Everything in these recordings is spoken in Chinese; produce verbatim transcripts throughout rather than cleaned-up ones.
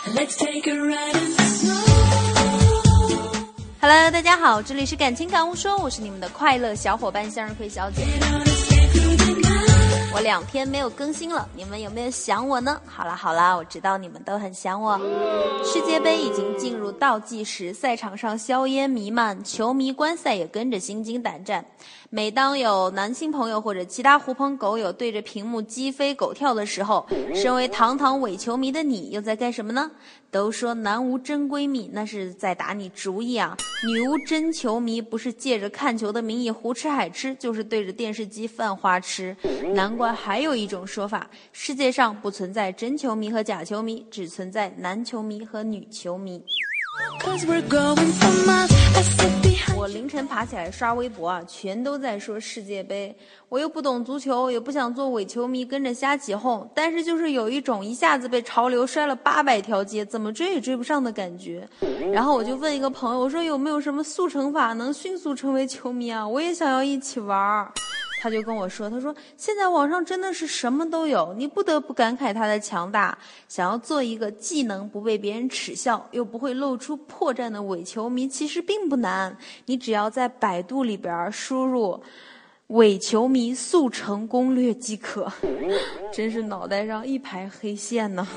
Hello， 大家好，这里是感情感悟说，我是你们的快乐小伙伴向日葵小姐。我两天没有更新了，你们有没有想我呢？好啦好啦，我知道你们都很想我。世界杯已经进入倒计时，赛场上硝烟弥漫，球迷观赛也跟着心惊胆战。每当有男性朋友或者其他狐朋狗友对着屏幕鸡飞狗跳的时候，身为堂堂伪球迷的你又在干什么呢？都说男无真闺蜜，那是在打你主意啊。女无真球迷，不是借着看球的名义胡吃海吃，就是对着电视机犯花痴。难怪还有一种说法，世界上不存在真球迷和假球迷，只存在男球迷和女球迷。我凌晨爬起来刷微博啊，全都在说世界杯。我又不懂足球，也不想做伪球迷跟着瞎起哄，但是就是有一种一下子被潮流摔了八百条街，怎么追也追不上的感觉。然后我就问一个朋友，我说有没有什么速成法能迅速成为球迷啊？我也想要一起玩。他就跟我说，他说现在网上真的是什么都有，你不得不感慨它的强大。想要做一个既能不被别人耻笑又不会露出破绽的伪球迷，其实并不难，你只要在百度里边输入伪球迷速成攻略即可。真是脑袋上一排黑线呢。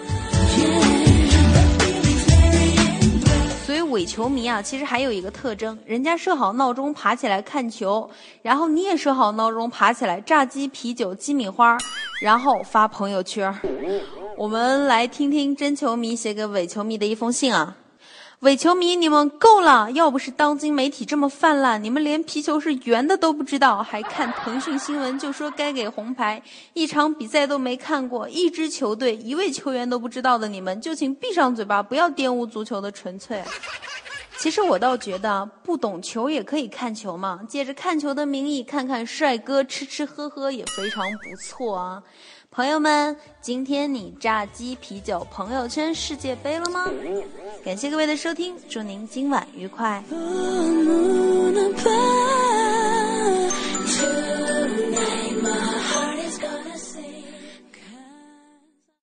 所以伪球迷啊，其实还有一个特征，人家设好闹钟爬起来看球，然后你也设好闹钟爬起来炸鸡啤酒鸡米花，然后发朋友圈。我们来听听真球迷写给伪球迷的一封信啊。伪球迷，你们够了！要不是当今媒体这么泛滥，你们连皮球是圆的都不知道，还看腾讯新闻就说该给红牌，一场比赛都没看过，一支球队一位球员都不知道的你们，就请闭上嘴巴，不要玷污足球的纯粹。其实我倒觉得不懂球也可以看球嘛，借着看球的名义看看帅哥吃吃喝喝也非常不错啊。朋友们，今天你炸鸡啤酒朋友圈世界杯了吗？感谢各位的收听，祝您今晚愉快。